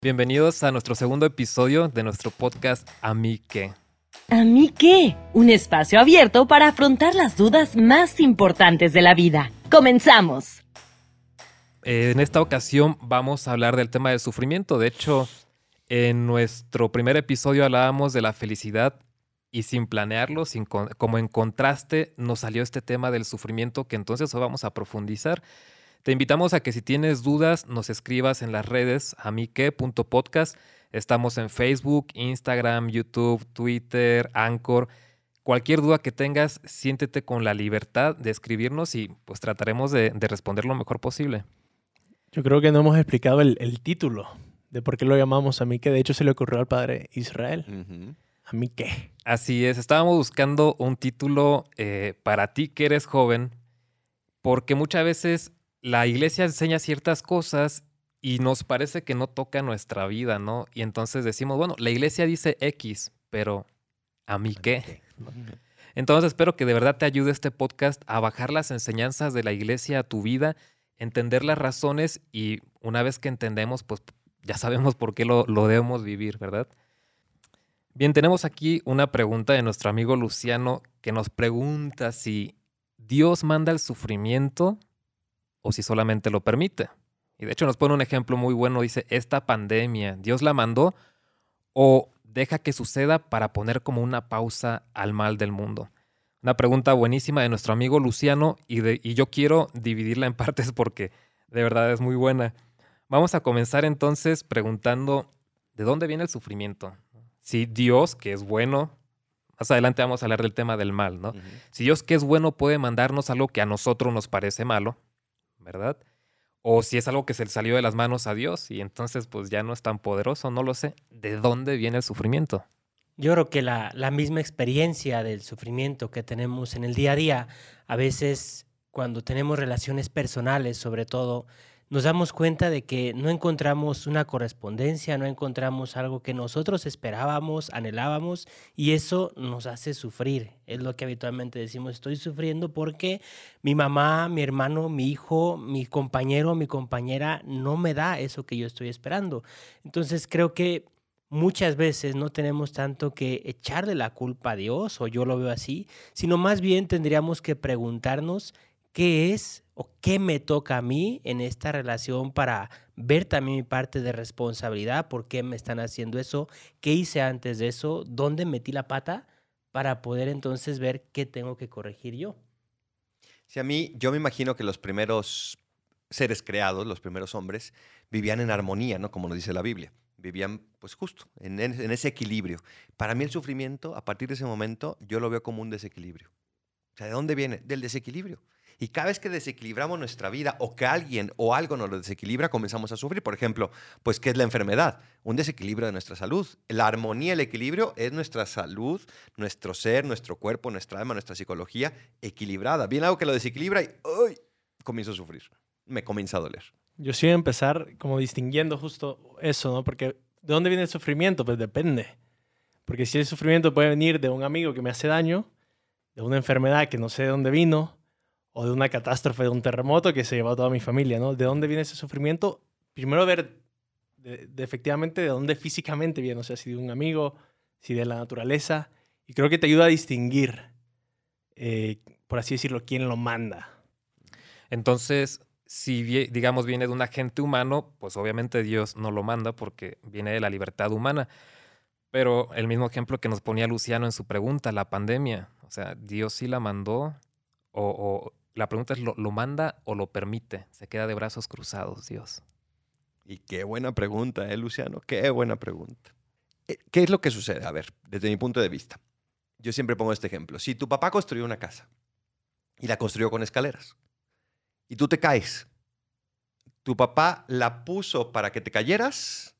Bienvenidos a nuestro segundo episodio de nuestro podcast ¿A mí qué? ¿A mí qué? Un espacio abierto para afrontar las dudas más importantes de la vida. ¡Comenzamos! En esta ocasión vamos a hablar del tema del sufrimiento. De hecho, en nuestro primer episodio hablábamos de la felicidad y sin planearlo, como en contraste, nos salió este tema del sufrimiento que entonces hoy vamos a profundizar. Te invitamos a que si tienes dudas nos escribas en las redes amique.podcast. Estamos en Facebook, Instagram, YouTube, Twitter, Anchor. Cualquier duda que tengas, siéntete con la libertad de escribirnos y pues trataremos de responder lo mejor posible. Yo creo que no hemos explicado el título de por qué lo llamamos A mí qué. De hecho, se le ocurrió al padre Israel. ¿A mí qué? Así es, estábamos buscando un título para ti que eres joven, porque muchas veces la iglesia enseña ciertas cosas y nos parece que no toca nuestra vida, ¿no? Y entonces decimos, bueno, la iglesia dice X, pero ¿a mí qué? Entonces espero que de verdad te ayude este podcast a bajar las enseñanzas de la iglesia a tu vida, entender las razones y una vez que entendemos, pues ya sabemos por qué lo debemos vivir, ¿verdad? Bien, tenemos aquí una pregunta de nuestro amigo Luciano que nos pregunta si Dios manda el sufrimiento o si solamente lo permite. Y de hecho nos pone un ejemplo muy bueno, dice, esta pandemia, ¿Dios la mandó o deja que suceda para poner como una pausa al mal del mundo? Una pregunta buenísima de nuestro amigo Luciano y yo quiero dividirla en partes porque de verdad es muy buena. Vamos a comenzar entonces preguntando, ¿de dónde viene el sufrimiento? Si Dios, que es bueno, más adelante vamos a hablar del tema del mal, ¿no? Si Dios, que es bueno, puede mandarnos algo que a nosotros nos parece malo, ¿verdad? O si es algo que se le salió de las manos a Dios y entonces pues ya no es tan poderoso, no lo sé. ¿De dónde viene el sufrimiento? Yo creo que la misma experiencia del sufrimiento que tenemos en el día a día, a veces cuando tenemos relaciones personales sobre todo, nos damos cuenta de que no encontramos una correspondencia, no encontramos algo que nosotros esperábamos, anhelábamos y eso nos hace sufrir. Es lo que habitualmente decimos, estoy sufriendo porque mi mamá, mi hermano, mi hijo, mi compañero, mi compañera no me da eso que yo estoy esperando. Entonces creo que muchas veces no tenemos tanto que echarle la culpa a Dios, o yo lo veo así, sino más bien tendríamos que preguntarnos qué es o qué me toca a mí en esta relación para ver también mi parte de responsabilidad, por qué me están haciendo eso, qué hice antes de eso, dónde metí la pata para poder entonces ver qué tengo que corregir yo. Sí, yo me imagino que los primeros seres creados, los primeros hombres, vivían en armonía, ¿no? Como nos dice la Biblia. Vivían, pues justo, en ese equilibrio. Para mí el sufrimiento, a partir de ese momento, yo lo veo como un desequilibrio. O sea, ¿de dónde viene? Del desequilibrio. Y cada vez que desequilibramos nuestra vida o que alguien o algo nos lo desequilibra, comenzamos a sufrir. Por ejemplo, pues, ¿qué es la enfermedad? Un desequilibrio de nuestra salud. La armonía, el equilibrio es nuestra salud, nuestro ser, nuestro cuerpo, nuestra alma, nuestra psicología equilibrada. Viene algo que lo desequilibra y ¡uy! Comienzo a sufrir. Me comienza a doler. Yo sí voy a empezar como distinguiendo justo eso, ¿no? Porque ¿de dónde viene el sufrimiento? Pues depende. Porque si el sufrimiento puede venir de un amigo que me hace daño, de una enfermedad que no sé de dónde vino, o de una catástrofe, de un terremoto que se llevó a toda mi familia, ¿no? ¿De dónde viene ese sufrimiento? Primero ver efectivamente de dónde físicamente viene, o sea, si de un amigo, si de la naturaleza. Y creo que te ayuda a distinguir, por así decirlo, quién lo manda. Entonces, si digamos viene de un agente humano, pues obviamente Dios no lo manda porque viene de la libertad humana. Pero el mismo ejemplo que nos ponía Luciano en su pregunta, la pandemia, o sea, ¿Dios sí la mandó? O la pregunta es, ¿lo manda o lo permite? Se queda de brazos cruzados, Dios. Y qué buena pregunta, Luciano? Qué buena pregunta. ¿Qué es lo que sucede? A ver, desde mi punto de vista, yo siempre pongo este ejemplo. Si tu papá construyó una casa y la construyó con escaleras y tú te caes, ¿tu papá la puso para que te cayeras?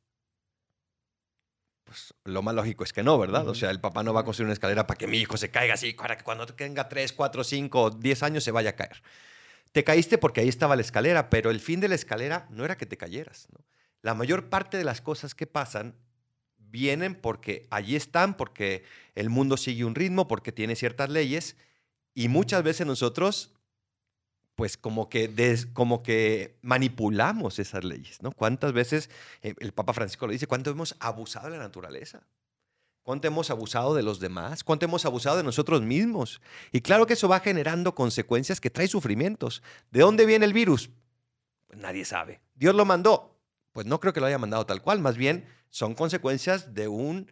Pues lo más lógico es que no, ¿verdad? O sea, el papá no va a construir una escalera para que mi hijo se caiga así, para que cuando tenga 3, 4, 5, 10 años se vaya a caer. Te caíste porque ahí estaba la escalera, pero el fin de la escalera no era que te cayeras, ¿no? La mayor parte de las cosas que pasan vienen porque allí están, porque el mundo sigue un ritmo, porque tiene ciertas leyes y muchas veces nosotros pues como que manipulamos esas leyes, ¿no? ¿Cuántas veces, el Papa Francisco lo dice, cuánto hemos abusado de la naturaleza? ¿Cuánto hemos abusado de los demás? ¿Cuánto hemos abusado de nosotros mismos? Y claro que eso va generando consecuencias que trae sufrimientos. ¿De dónde viene el virus? Pues nadie sabe. ¿Dios lo mandó? Pues no creo que lo haya mandado tal cual. Más bien son consecuencias de un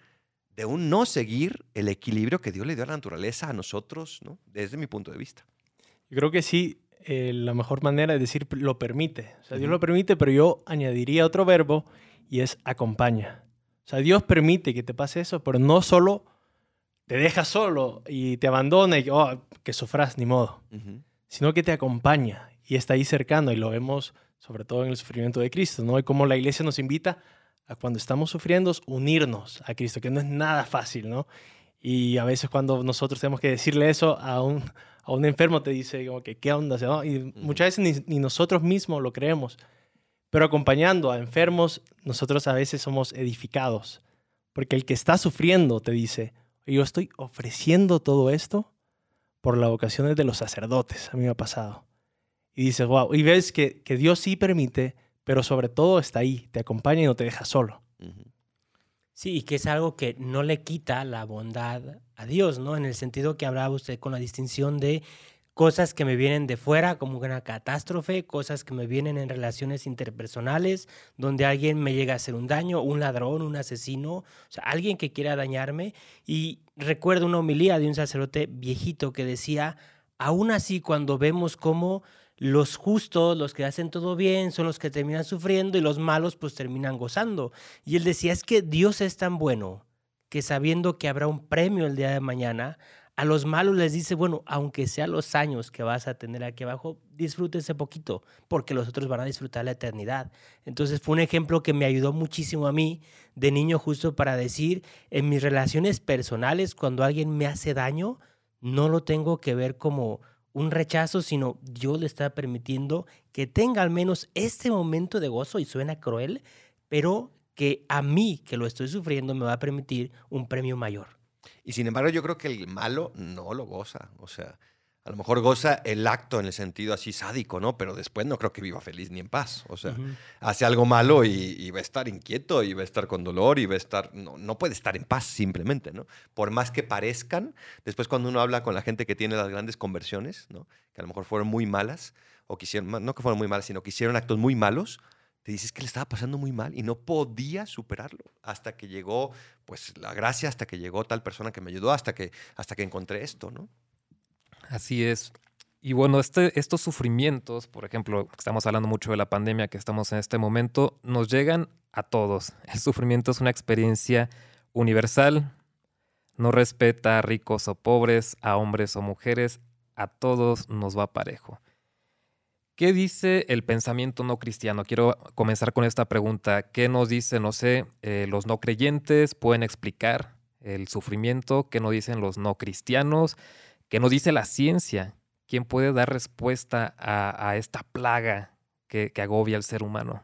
no seguir el equilibrio que Dios le dio a la naturaleza, a nosotros, ¿no? Desde mi punto de vista. Yo creo que sí, la mejor manera es decir lo permite. O sea, Dios Ujú. lo permite, pero yo añadiría otro verbo y es acompaña. O sea, Dios permite que te pase eso, pero no solo te deja solo y te abandona y que sufras, ni modo, Ujú. sino que te acompaña y está ahí cercano y lo vemos sobre todo en el sufrimiento de Cristo, ¿no? Y cómo la iglesia nos invita a cuando estamos sufriendo unirnos a Cristo, que no es nada fácil, ¿no? Y a veces cuando nosotros tenemos que decirle eso a un enfermo, te dice como que, ¿qué onda? ¿No? Y muchas veces ni nosotros mismos lo creemos. Pero acompañando a enfermos, nosotros a veces somos edificados. Porque el que está sufriendo te dice, yo estoy ofreciendo todo esto por las vocaciones de los sacerdotes. A mí me ha pasado. Y dices, wow. Y ves que Dios sí permite, pero sobre todo está ahí, te acompaña y no te deja solo. Ujú. Sí, y que es algo que no le quita la bondad a Dios, ¿no? En el sentido que hablaba usted con la distinción de cosas que me vienen de fuera, como una catástrofe, cosas que me vienen en relaciones interpersonales, donde alguien me llega a hacer un daño, un ladrón, un asesino, o sea, alguien que quiera dañarme. Y recuerdo una homilía de un sacerdote viejito que decía, aún así cuando vemos cómo los justos, los que hacen todo bien, son los que terminan sufriendo y los malos pues terminan gozando. Y él decía, es que Dios es tan bueno que sabiendo que habrá un premio el día de mañana, a los malos les dice, bueno, aunque sean los años que vas a tener aquí abajo, disfrútese poquito, porque los otros van a disfrutar la eternidad. Entonces fue un ejemplo que me ayudó muchísimo a mí de niño justo para decir, en mis relaciones personales, cuando alguien me hace daño, no lo tengo que ver como un rechazo, sino Dios le está permitiendo que tenga al menos este momento de gozo, y suena cruel, pero que a mí, que lo estoy sufriendo, me va a permitir un premio mayor. Y sin embargo, yo creo que el malo no lo goza. O sea, a lo mejor goza el acto en el sentido así sádico, ¿no? Pero después no creo que viva feliz ni en paz. O sea, hace algo malo y va a estar inquieto y va a estar con dolor y va a estar... No puede estar en paz simplemente, ¿no? Por más que parezcan, después cuando uno habla con la gente que tiene las grandes conversiones, ¿no? Que a lo mejor fueron muy malas, o que hicieron, no que fueron muy malas, sino que hicieron actos muy malos, te dices que le estaba pasando muy mal y no podía superarlo hasta que llegó, pues, la gracia, hasta que llegó tal persona que me ayudó, hasta que encontré esto, ¿no? Así es. Y bueno, estos sufrimientos, por ejemplo, estamos hablando mucho de la pandemia que estamos en este momento, nos llegan a todos. El sufrimiento es una experiencia universal, no respeta a ricos o pobres, a hombres o mujeres, a todos nos va parejo. ¿Qué dice el pensamiento no cristiano? Quiero comenzar con esta pregunta. ¿Qué nos dice, no sé, los no creyentes pueden explicar el sufrimiento? ¿Qué nos dicen los no cristianos? ¿Qué nos dice la ciencia? ¿Quién puede dar respuesta a esta plaga que agobia al ser humano?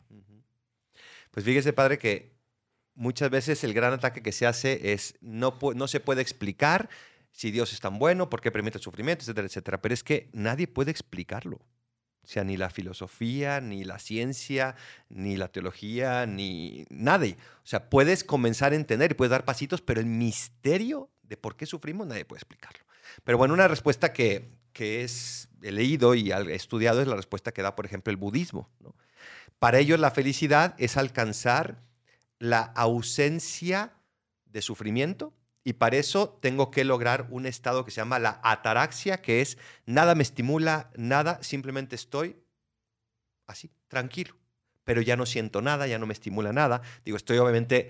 Pues fíjese, padre, que muchas veces el gran ataque que se hace es no se puede explicar si Dios es tan bueno, por qué permite el sufrimiento, etcétera, etcétera. Pero es que nadie puede explicarlo. O sea, ni la filosofía, ni la ciencia, ni la teología, ni nadie. O sea, puedes comenzar a entender y puedes dar pasitos, pero el misterio de por qué sufrimos nadie puede explicarlo. Pero bueno, una respuesta que he leído y he estudiado es la respuesta que da, por ejemplo, el budismo, ¿no? Para ellos la felicidad es alcanzar la ausencia de sufrimiento. Y para eso tengo que lograr un estado que se llama la ataraxia, que es nada me estimula, nada, simplemente estoy así, tranquilo. Pero ya no siento nada, ya no me estimula nada. Digo, estoy obviamente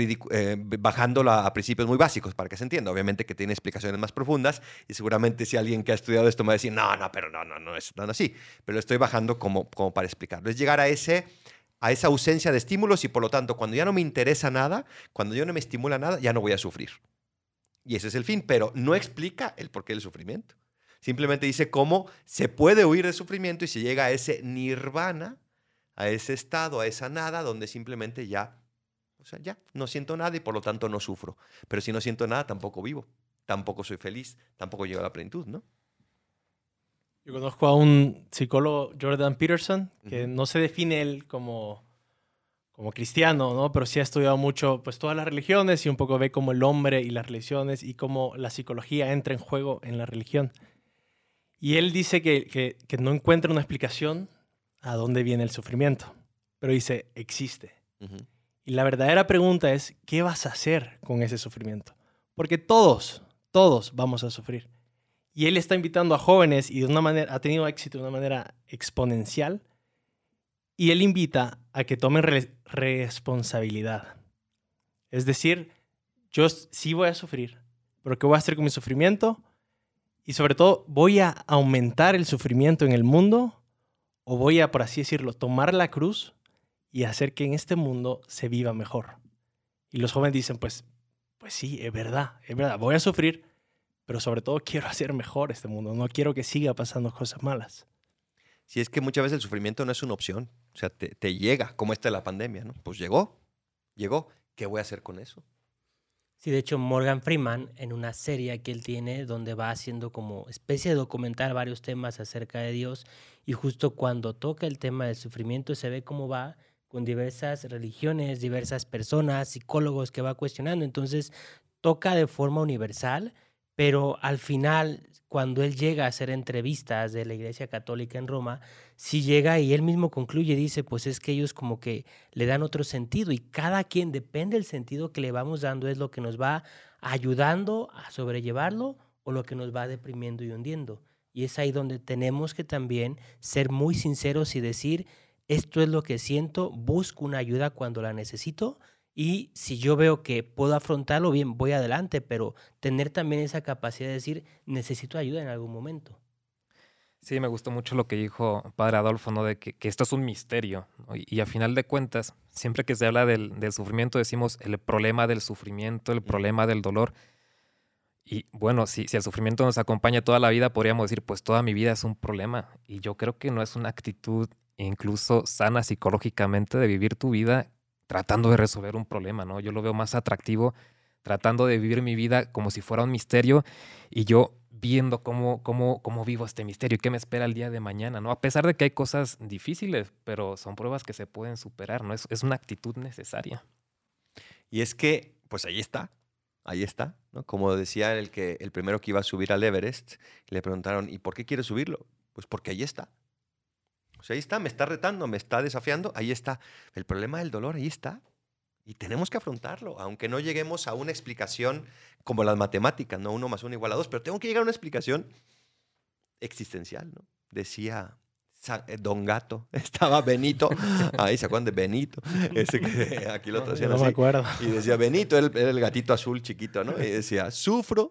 bajándolo a principios muy básicos para que se entienda. Obviamente que tiene explicaciones más profundas y seguramente si alguien que ha estudiado esto me va a decir, no es tan así. Pero lo estoy bajando como para explicarlo. Es llegar a esa ausencia de estímulos y por lo tanto, cuando ya no me interesa nada, cuando ya no me estimula nada, ya no voy a sufrir. Y ese es el fin, pero no explica el porqué del sufrimiento. Simplemente dice cómo se puede huir del sufrimiento y se llega a ese nirvana, a ese estado, a esa nada, donde simplemente ya no siento nada y por lo tanto no sufro. Pero si no siento nada, tampoco vivo, tampoco soy feliz, tampoco llego a la plenitud, ¿no? Yo conozco a un psicólogo, Jordan Peterson, que no se define él como cristiano, ¿no? Pero sí ha estudiado mucho pues, todas las religiones y un poco ve cómo el hombre y las religiones y cómo la psicología entra en juego en la religión. Y él dice que no encuentra una explicación a dónde viene el sufrimiento, pero dice, existe. Y la verdadera pregunta es, ¿qué vas a hacer con ese sufrimiento? Porque todos vamos a sufrir. Y él está invitando a jóvenes y de una manera, ha tenido éxito de una manera exponencial. Y él invita a que tomen responsabilidad. Es decir, yo sí voy a sufrir, pero ¿qué voy a hacer con mi sufrimiento? Y sobre todo, ¿voy a aumentar el sufrimiento en el mundo? ¿O voy a, por así decirlo, tomar la cruz y hacer que en este mundo se viva mejor? Y los jóvenes dicen, pues sí, es verdad, voy a sufrir, pero sobre todo quiero hacer mejor este mundo. No quiero que siga pasando cosas malas. Si es que muchas veces el sufrimiento no es una opción. O sea, te llega, como esta de la pandemia, ¿no? Pues llegó. ¿Qué voy a hacer con eso? Sí, de hecho, Morgan Freeman, en una serie que él tiene, donde va haciendo como especie de documental varios temas acerca de Dios, y justo cuando toca el tema del sufrimiento se ve cómo va con diversas religiones, diversas personas, psicólogos que va cuestionando. Entonces, toca de forma universal, pero al final, cuando él llega a hacer entrevistas de la Iglesia Católica en Roma, sí llega y él mismo concluye y dice, pues es que ellos como que le dan otro sentido y cada quien, depende del sentido que le vamos dando, es lo que nos va ayudando a sobrellevarlo o lo que nos va deprimiendo y hundiendo. Y es ahí donde tenemos que también ser muy sinceros y decir, esto es lo que siento, busco una ayuda cuando la necesito. Y si yo veo que puedo afrontarlo, bien, voy adelante, pero tener también esa capacidad de decir, necesito ayuda en algún momento. Sí, me gustó mucho lo que dijo Padre Adolfo, ¿no? De que esto es un misterio, ¿no? Y a final de cuentas, siempre que se habla del sufrimiento, decimos el problema del sufrimiento, el problema del dolor. Y bueno, si el sufrimiento nos acompaña toda la vida, podríamos decir, pues toda mi vida es un problema. Y yo creo que no es una actitud incluso sana psicológicamente de vivir tu vida tratando de resolver un problema, ¿no? Yo lo veo más atractivo tratando de vivir mi vida como si fuera un misterio y yo viendo cómo vivo este misterio y qué me espera el día de mañana, ¿no? A pesar de que hay cosas difíciles, pero son pruebas que se pueden superar, ¿no? Es una actitud necesaria. Y es que, pues ahí está, ¿no? Como decía el primero que iba a subir al Everest, le preguntaron, ¿y por qué quieres subirlo? Pues porque ahí está. O sea, ahí está, me está retando, me está desafiando, ahí está. El problema del dolor, ahí está. Y tenemos que afrontarlo, aunque no lleguemos a una explicación como las matemáticas, ¿no? 1 más 1 igual a 2, pero tengo que llegar a una explicación existencial, ¿no? Decía Don Gato, estaba Benito, ahí se acuerdan de Benito, ese que aquí lo traían así. No me acuerdo. Y decía Benito, era el gatito azul chiquito, ¿no? Y decía, sufro.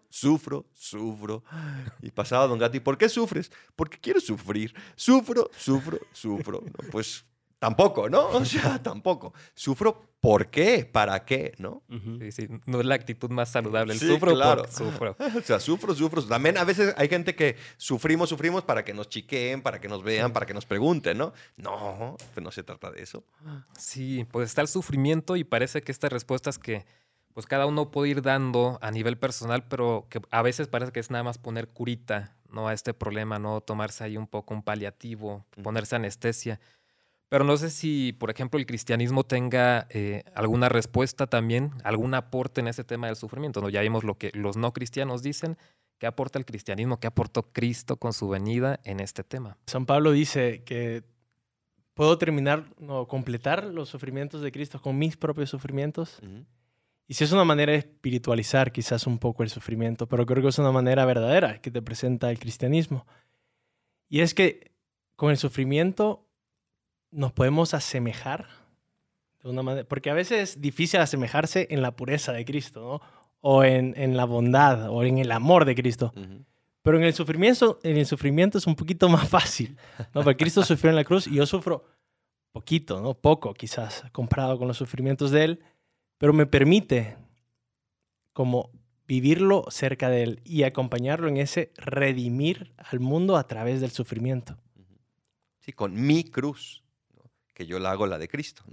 Y pasaba Don Gato, ¿y por qué sufres? Porque quiero sufrir. Sufro. ¿No? Pues tampoco, ¿no? O sea, tampoco. Sufro, ¿por qué? ¿Para qué? ¿No? Sí, no es la actitud más saludable. El Sí, sufro claro. porque sufro. O sea, sufro. También a veces hay gente que sufrimos para que nos chiqueen, para que nos vean, para que nos pregunten, ¿no? No, pues no se trata de eso. Sí, pues está el sufrimiento y parece que estas respuestas que pues cada uno puede ir dando a nivel personal, pero que a veces parece que es nada más poner curita, ¿no? A este problema, ¿no? Tomarse ahí un poco un paliativo, ponerse anestesia. Pero no sé si, por ejemplo, el cristianismo tenga alguna respuesta también, algún aporte en ese tema del sufrimiento, ¿no? Ya vimos lo que los no cristianos dicen. ¿Qué aporta el cristianismo? ¿Qué aportó Cristo con su venida en este tema? San Pablo dice que puedo completar los sufrimientos de Cristo con mis propios sufrimientos. Y si es una manera de espiritualizar quizás un poco el sufrimiento, pero creo que es una manera verdadera que te presenta el cristianismo. Y es que con el sufrimiento nos podemos asemejar de una manera, porque a veces es difícil asemejarse en la pureza de Cristo, ¿no? O en la bondad, o en el amor de Cristo. Pero en el sufrimiento es un poquito más fácil, ¿no? Porque Cristo sufrió en la cruz y yo sufro poquito, ¿no? Poco quizás, comparado con los sufrimientos de Él, pero me permite como vivirlo cerca de Él y acompañarlo en ese redimir al mundo a través del sufrimiento. Sí, con mi cruz, ¿no? Que yo la hago la de Cristo, ¿no?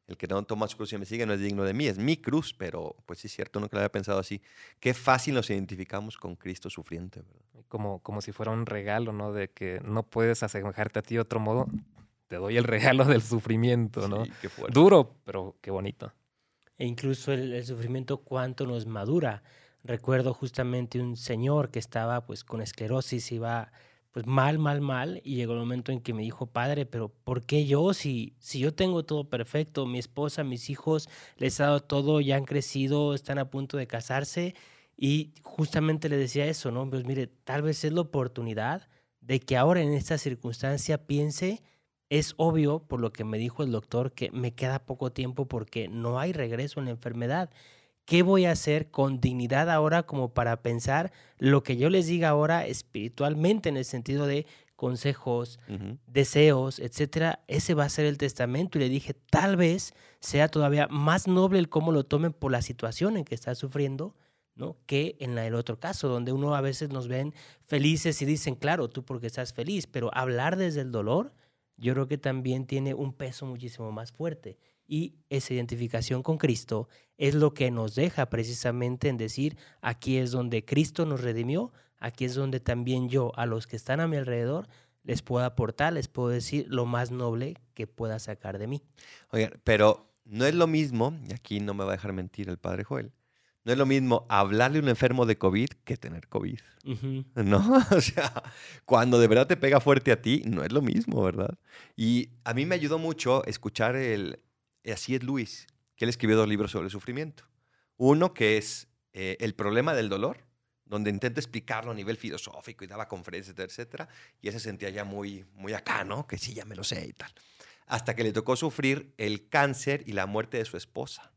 El que no toma su cruz y me sigue no es digno de mí, es mi cruz, pero pues sí es cierto, nunca lo había pensado así. Qué fácil nos identificamos con Cristo sufriente, ¿verdad? Como si fuera un regalo, ¿no? De que no puedes asemejarte a ti de otro modo. Te doy el regalo del sufrimiento, ¿no? Sí, qué fuerte. Duro, pero qué bonito. E incluso el sufrimiento cuánto nos madura. Recuerdo justamente un señor que estaba pues con esclerosis, iba pues mal, y llegó el momento en que me dijo, padre, pero ¿por qué yo? Si yo tengo todo perfecto, mi esposa, mis hijos, les he dado todo, ya han crecido, están a punto de casarse, y justamente le decía eso, ¿no? Pues mire, tal vez es la oportunidad de que ahora en esta circunstancia piense. Es obvio, por lo que me dijo el doctor, que me queda poco tiempo porque no hay regreso en la enfermedad. ¿Qué voy a hacer con dignidad ahora como para pensar lo que yo les diga ahora espiritualmente en el sentido de consejos, deseos, etcétera? Ese va a ser el testamento. Y le dije, tal vez sea todavía más noble el cómo lo tomen por la situación en que está sufriendo, ¿no? Que en el otro caso, donde uno a veces nos ven felices y dicen, claro, tú porque estás feliz, pero hablar desde el dolor, yo creo que también tiene un peso muchísimo más fuerte. Y esa identificación con Cristo es lo que nos deja precisamente en decir, aquí es donde Cristo nos redimió, aquí es donde también yo, a los que están a mi alrededor, les puedo aportar, les puedo decir lo más noble que pueda sacar de mí. Oigan, pero no es lo mismo, y aquí no me va a dejar mentir el padre Joel, no es lo mismo hablarle a un enfermo de COVID que tener COVID. ¿No? O sea, cuando de verdad te pega fuerte a ti, no es lo mismo, ¿verdad? Y a mí me ayudó mucho escuchar C.S. Lewis, que él escribió 2 libros sobre el sufrimiento. Uno que es El problema del dolor, donde intenta explicarlo a nivel filosófico y daba conferencias, etcétera, y él se sentía ya muy acá, ¿no? Que sí, ya me lo sé y tal. Hasta que le tocó sufrir el cáncer y la muerte de su esposa.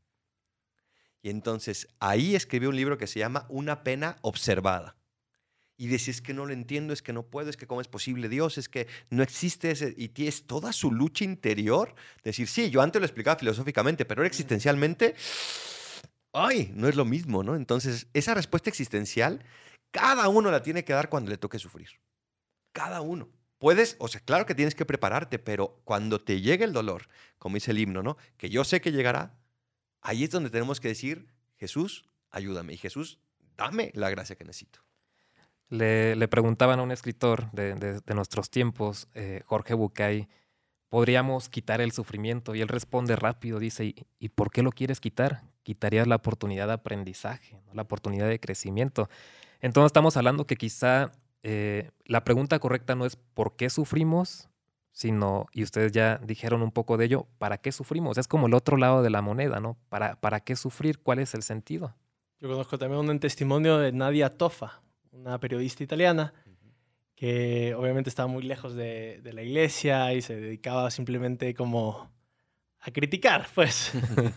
Y entonces ahí escribió un libro que se llama Una pena observada. Y decía, es que no lo entiendo, es que no puedo, es que cómo es posible Dios, es que no existe ese... Y tienes toda su lucha interior. Decir, sí, yo antes lo explicaba filosóficamente, pero ahora existencialmente, ¡ay! No es lo mismo, ¿no? Entonces, esa respuesta existencial, cada uno la tiene que dar cuando le toque sufrir. Cada uno. Puedes, o sea, claro que tienes que prepararte, pero cuando te llegue el dolor, como dice el himno, ¿no? Que yo sé que llegará, ahí es donde tenemos que decir, Jesús, ayúdame. Y Jesús, dame la gracia que necesito. Le preguntaban a un escritor de nuestros tiempos, Jorge Bucay, ¿podríamos quitar el sufrimiento? Y él responde rápido, dice, ¿y por qué lo quieres quitar? Quitarías la oportunidad de aprendizaje, ¿no? La oportunidad de crecimiento. Entonces estamos hablando que quizá la pregunta correcta no es ¿por qué sufrimos? Sino, y ustedes ya dijeron un poco de ello, ¿para qué sufrimos? Es como el otro lado de la moneda, ¿no? ¿Para qué sufrir? ¿Cuál es el sentido? Yo conozco también un testimonio de Nadia Toffa, una periodista italiana que obviamente estaba muy lejos de la iglesia y se dedicaba simplemente como a criticar, pues.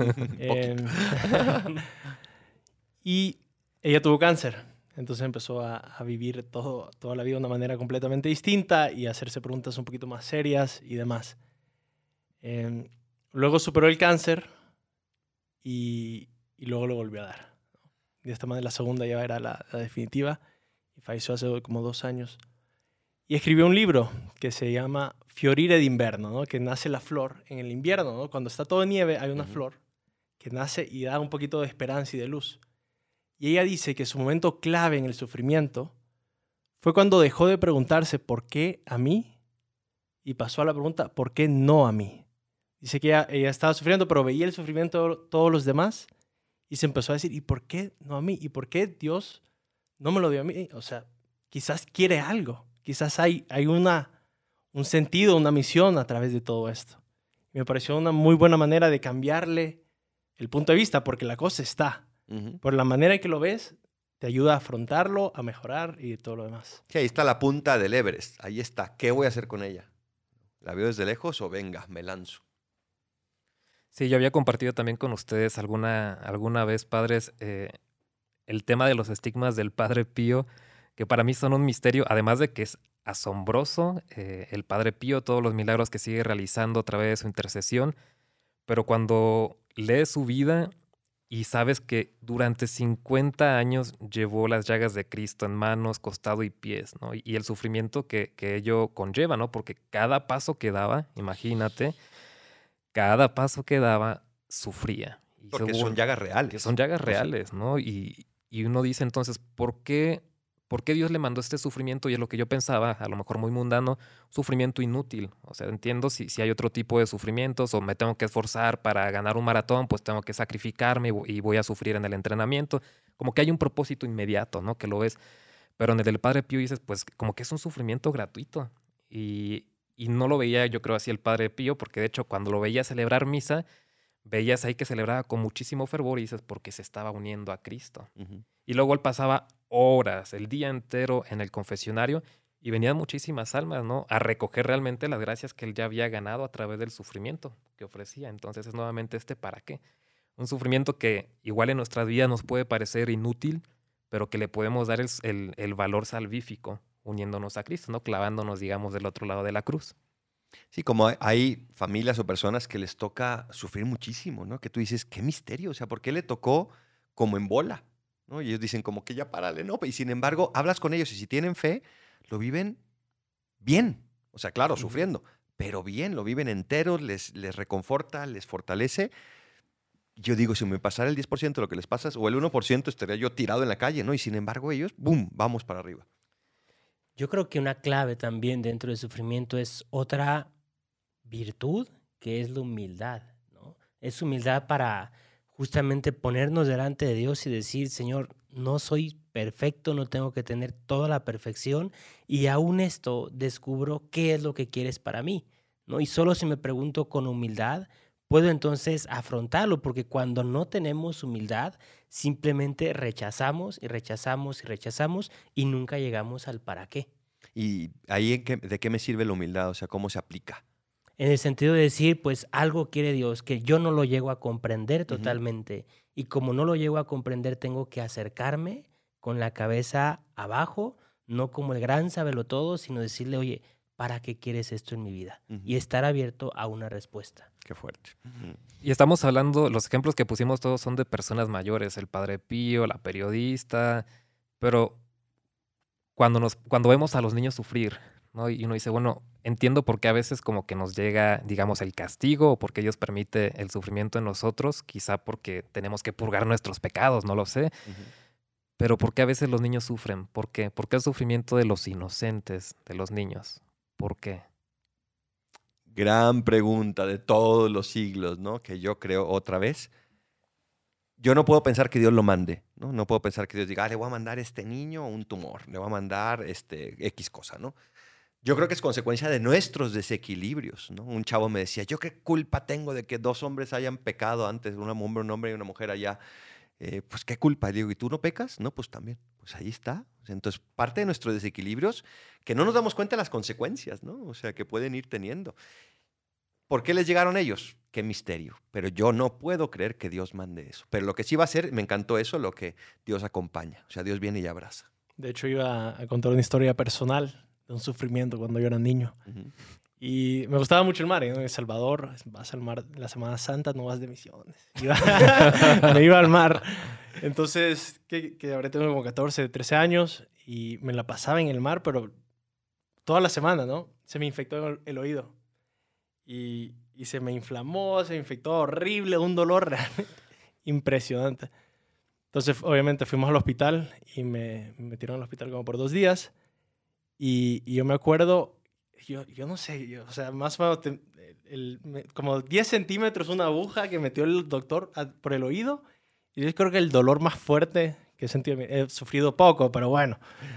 Y ella tuvo cáncer, entonces empezó a vivir toda la vida de una manera completamente distinta y a hacerse preguntas un poquito más serias y demás. Luego superó el cáncer y luego lo volvió a dar. De esta manera la segunda ya era la definitiva. Y falleció hace como 2 años. Y escribió un libro que se llama Fiorire d'inverno, ¿no? Que nace la flor en el invierno, ¿no? Cuando está todo de nieve hay una flor que nace y da un poquito de esperanza y de luz. Y ella dice que su momento clave en el sufrimiento fue cuando dejó de preguntarse ¿por qué a mí? Y pasó a la pregunta ¿por qué no a mí? Dice que ella estaba sufriendo, pero veía el sufrimiento de todos los demás y se empezó a decir ¿y por qué no a mí? ¿Y por qué Dios no me lo dio a mí? O sea, quizás quiere algo. Quizás hay un sentido, una misión a través de todo esto. Y me pareció una muy buena manera de cambiarle el punto de vista, porque la cosa está. Por la manera en que lo ves, te ayuda a afrontarlo, a mejorar y todo lo demás. Sí, ahí está la punta del Everest. Ahí está. ¿Qué voy a hacer con ella? ¿La veo desde lejos o venga, me lanzo? Sí, yo había compartido también con ustedes alguna vez, padres, el tema de los estigmas del Padre Pío, que para mí son un misterio, además de que es asombroso el Padre Pío, todos los milagros que sigue realizando a través de su intercesión, pero cuando lees su vida y sabes que durante 50 años llevó las llagas de Cristo en manos, costado y pies, ¿no? Y el sufrimiento que ello conlleva, ¿no? Porque cada paso que daba, imagínate, cada paso que daba sufría. Y Porque son llagas reales. que son llagas reales, ¿no? Y uno dice entonces, ¿por qué Dios le mandó este sufrimiento? Y es lo que yo pensaba, a lo mejor muy mundano, sufrimiento inútil. O sea, entiendo si hay otro tipo de sufrimientos o me tengo que esforzar para ganar un maratón, pues tengo que sacrificarme y voy a sufrir en el entrenamiento. Como que hay un propósito inmediato, ¿no? Que lo ves. Pero en el del Padre Pío dices, pues como que es un sufrimiento gratuito. Y no lo veía, yo creo, así el Padre Pío, porque de hecho cuando lo veía celebrar misa, veías ahí que celebraba con muchísimo fervor y dices, porque se estaba uniendo a Cristo. Ujú. Y luego él pasaba horas, el día entero en el confesionario y venían muchísimas almas, ¿no? A recoger realmente las gracias que él ya había ganado a través del sufrimiento que ofrecía. Entonces es nuevamente ¿para qué? Un sufrimiento que igual en nuestras vidas nos puede parecer inútil, pero que le podemos dar el valor salvífico uniéndonos a Cristo, ¿no? Clavándonos, digamos, del otro lado de la cruz. Sí, como hay familias o personas que les toca sufrir muchísimo, ¿no? Que tú dices, qué misterio, o sea, ¿por qué le tocó como en bola? ¿No? Y ellos dicen como que ya párale, ¿no? Y sin embargo, hablas con ellos y si tienen fe, lo viven bien. O sea, claro, sufriendo, pero bien, lo viven enteros, les reconforta, les fortalece. Yo digo, si me pasara el 10% de lo que les pasa, o el 1%, estaría yo tirado en la calle, ¿no? Y sin embargo, ellos, ¡boom!, vamos para arriba. Yo creo que una clave también dentro del sufrimiento es otra virtud, que es la humildad, ¿no? Es humildad para justamente ponernos delante de Dios y decir, Señor, no soy perfecto, no tengo que tener toda la perfección y aún esto descubro qué es lo que quieres para mí, ¿no? Y solo si me pregunto con humildad, puedo entonces afrontarlo, porque cuando no tenemos humildad, simplemente rechazamos y rechazamos y rechazamos y nunca llegamos al para qué. ¿Y ahí de qué me sirve la humildad? O sea, ¿cómo se aplica? En el sentido de decir, pues algo quiere Dios que yo no lo llego a comprender Ujú. totalmente. Y como no lo llego a comprender, tengo que acercarme con la cabeza abajo, no como el gran sabelotodo, sino decirle, oye, ¿para qué quieres esto en mi vida? Ujú. Y estar abierto a una respuesta. Qué fuerte. Ujú. Y estamos hablando, los ejemplos que pusimos todos son de personas mayores, el Padre Pío, la periodista, pero cuando vemos a los niños sufrir, ¿no? Y uno dice, bueno, entiendo por qué a veces como que nos llega, digamos, el castigo o porque Dios permite el sufrimiento en nosotros, quizá porque tenemos que purgar nuestros pecados, no lo sé, Ujú. pero ¿por qué a veces los niños sufren? ¿Por qué? ¿Por qué el sufrimiento de los inocentes, de los niños? ¿Por qué? Gran pregunta de todos los siglos, ¿no? Que yo creo otra vez. Yo no puedo pensar que Dios lo mande, ¿no? No puedo pensar que Dios diga, le voy a mandar a este niño un tumor, le voy a mandar X cosa, ¿no? Yo creo que es consecuencia de nuestros desequilibrios, ¿no? Un chavo me decía, ¿yo qué culpa tengo de que dos hombres hayan pecado antes, un hombre y una mujer allá? Pues, ¿qué culpa? Y digo, ¿y tú no pecas? No, pues también. Pues ahí está. O sea, entonces, parte de nuestros desequilibrios, que no nos damos cuenta de las consecuencias, ¿no? O sea, que pueden ir teniendo. ¿Por qué les llegaron ellos? Qué misterio. Pero yo no puedo creer que Dios mande eso. Pero lo que sí va a hacer, me encantó eso, lo que Dios acompaña. O sea, Dios viene y abraza. De hecho, iba a contar una historia personal de un sufrimiento cuando yo era niño. Ujú. Y me gustaba mucho el mar, ¿eh? En El Salvador, vas al mar la Semana Santa, no vas de misiones. Me iba al mar. Entonces, que ahora tengo como 14, 13 años y me la pasaba en el mar, pero toda la semana, ¿no? Se me infectó el oído. Y se me inflamó, se me infectó horrible, un dolor realmente impresionante. Entonces, obviamente, fuimos al hospital y me metieron al hospital como por 2 días. Y yo me acuerdo, yo no sé, o sea, más o menos como 10 centímetros una aguja que metió el doctor por el oído. Y yo creo que el dolor más fuerte que he sentido, he sufrido poco, pero bueno.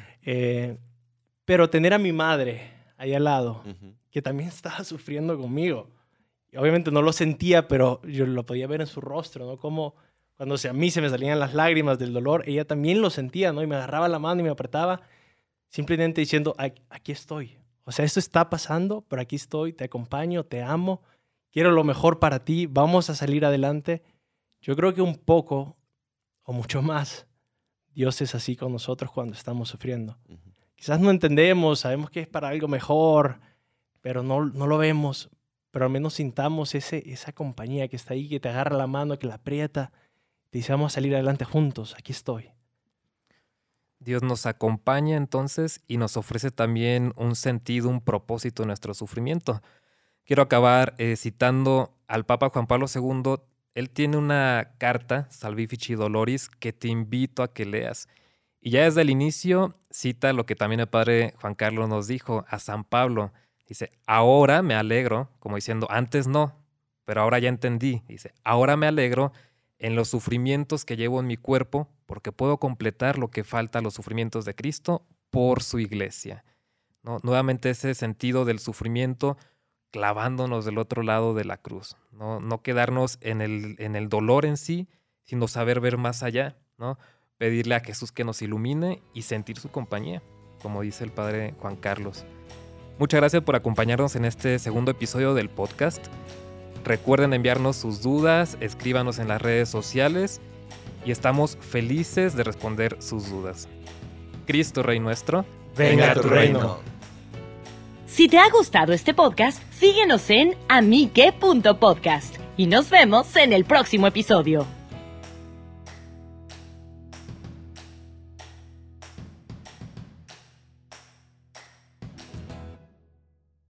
Pero tener a mi madre ahí al lado, Ujú. que también estaba sufriendo conmigo. Y obviamente no lo sentía, pero yo lo podía ver en su rostro, ¿no? Como cuando a mí se me salían las lágrimas del dolor, ella también lo sentía, ¿no? Y me agarraba la mano y me apretaba, simplemente diciendo, aquí estoy. O sea, esto está pasando, pero aquí estoy, te acompaño, te amo, quiero lo mejor para ti, vamos a salir adelante. Yo creo que un poco, o mucho más, Dios es así con nosotros cuando estamos sufriendo. Ujú. Quizás no entendemos, sabemos que es para algo mejor, pero no lo vemos. Pero al menos sintamos esa compañía que está ahí, que te agarra la mano, que la aprieta, te dice, vamos a salir adelante juntos, aquí estoy. Dios nos acompaña entonces y nos ofrece también un sentido, un propósito en nuestro sufrimiento. Quiero acabar citando al Papa Juan Pablo II, él tiene una carta, Salvifici Doloris, que te invito a que leas. Y ya desde el inicio cita lo que también el padre Juan Carlos nos dijo a San Pablo. Dice, ahora me alegro, como diciendo, antes no, pero ahora ya entendí. Dice, ahora me alegro en los sufrimientos que llevo en mi cuerpo, porque puedo completar lo que falta a los sufrimientos de Cristo por su iglesia, ¿no? Nuevamente ese sentido del sufrimiento clavándonos del otro lado de la cruz, no quedarnos en el dolor en sí, sino saber ver más allá, ¿no? Pedirle a Jesús que nos ilumine y sentir su compañía, como dice el padre Juan Carlos. Muchas gracias por acompañarnos en este segundo episodio del podcast. Recuerden enviarnos sus dudas, escríbanos en las redes sociales y estamos felices de responder sus dudas. Cristo Rey nuestro, Venga a tu reino. Si te ha gustado este podcast, síguenos en amique.podcast y nos vemos en el próximo episodio.